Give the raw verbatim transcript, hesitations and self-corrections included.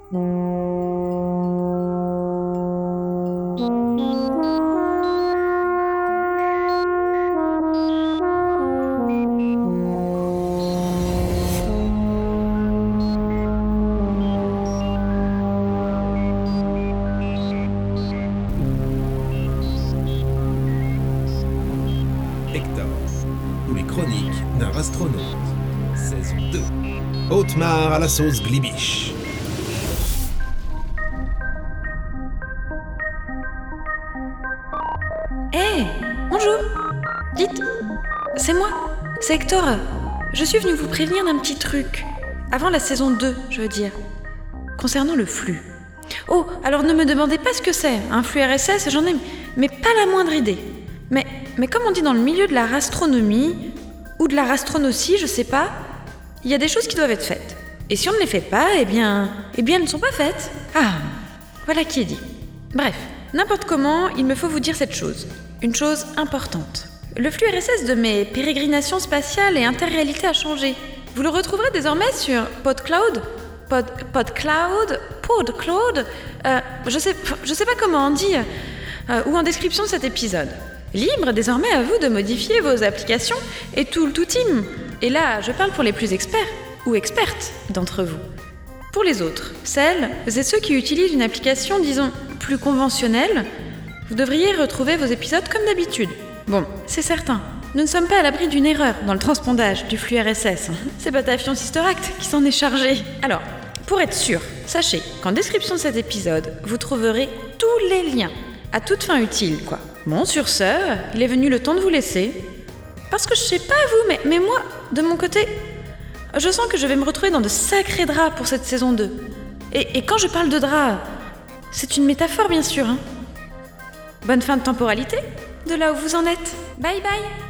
Hector, ou les chroniques d'un astronaute, saison deux. Otmar à la sauce glibiche. Hé, hey, bonjour. Dites, c'est moi, c'est Hector. Je suis venu vous prévenir d'un petit truc. Avant la saison deux, je veux dire. Concernant le flux. Oh, alors ne me demandez pas ce que c'est. Un flux R S S, j'en ai, mais pas la moindre idée. Mais, mais comme on dit dans le milieu de la rastronomie, ou de la rastronocie, je sais pas, il y a des choses qui doivent être faites. Et si on ne les fait pas, eh bien, eh bien elles ne sont pas faites. Ah, voilà qui est dit. Bref, n'importe comment, il me faut vous dire cette chose. Une chose importante. Le flux R S S de mes pérégrinations spatiales et interréalités a changé. Vous le retrouverez désormais sur PodCloud, Pod, PodCloud, PodCloud, euh, je sais, je sais pas comment on dit, euh, ou en description de cet épisode. Libre désormais à vous de modifier vos applications et tout le tout team. Et là, je parle pour les plus experts ou expertes d'entre vous. Pour les autres, celles et ceux qui utilisent une application, disons, plus conventionnelle, vous devriez retrouver vos épisodes comme d'habitude. Bon, c'est certain, nous ne sommes pas à l'abri d'une erreur dans le transpondage du flux R S S. C'est Batafion Sisteract qui s'en est chargé. Alors, pour être sûr, sachez qu'en description de cet épisode, vous trouverez tous les liens, à toute fin utile, quoi. Bon, sur ce, il est venu le temps de vous laisser. Parce que je sais pas vous, mais, mais moi, de mon côté, je sens que je vais me retrouver dans de sacrés draps pour cette saison deux. Et, et quand je parle de draps, c'est une métaphore bien sûr. Hein. Bonne fin de temporalité, de là où vous en êtes. Bye bye.